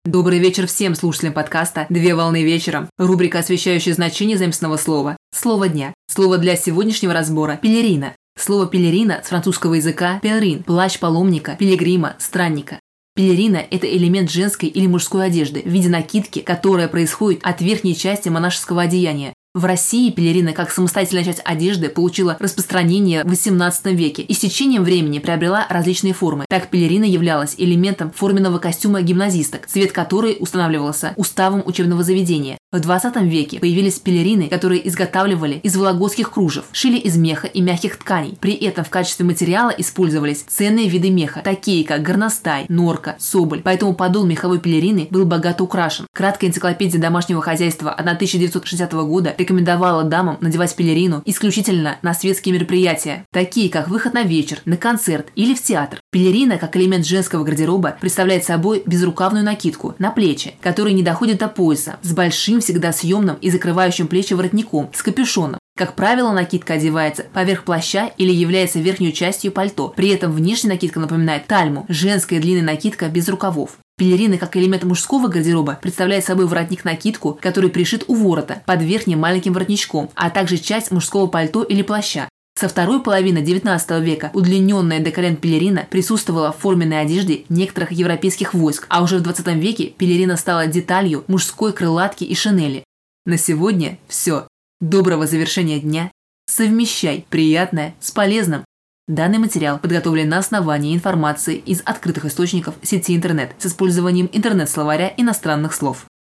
Добрый вечер всем слушателям подкаста «Две волны вечером». Рубрика, освещающая значение заимственного слова. Слово дня. Слово для сегодняшнего разбора – пелерина. Слово пелерина с французского языка пелерин – плащ паломника, пилигрима, странника. Пелерина – это элемент женской или мужской одежды в виде накидки, которая происходит от верхней части монашеского одеяния. В России пелерина как самостоятельная часть одежды получила распространение в XVIII веке и с течением времени приобрела различные формы. Так пелерина являлась элементом форменного костюма гимназисток, цвет которой устанавливался уставом учебного заведения. В XX веке появились пелерины, которые изготавливали из вологодских кружев, шили из меха и мягких тканей. При этом в качестве материала использовались ценные виды меха, такие как горностай, норка, соболь. Поэтому подол меховой пелерины был богато украшен. Краткая энциклопедия домашнего хозяйства 1960 года рекомендовала дамам надевать пелерину исключительно на светские мероприятия, такие как выход на вечер, на концерт или в театр. Пелерина, как элемент женского гардероба, представляет собой безрукавную накидку на плечи, которая не доходит до пояса, с большим всегда съемным и закрывающим плечи воротником, с капюшоном. Как правило, накидка одевается поверх плаща или является верхней частью пальто. При этом внешняя накидка напоминает тальму, женская длинная накидка без рукавов. Пелерина, как элемент мужского гардероба, представляет собой воротник-накидку, который пришит у ворота под верхним маленьким воротничком, а также часть мужского пальто или плаща. Со второй половины XIX века удлиненная до колен пелерина присутствовала в форменной одежде некоторых европейских войск, а уже в XX веке пелерина стала деталью мужской крылатки и шинели. На сегодня все. Доброго завершения дня. Совмещай приятное с полезным. Данный материал подготовлен на основании информации из открытых источников сети интернет с использованием интернет-словаря иностранных слов.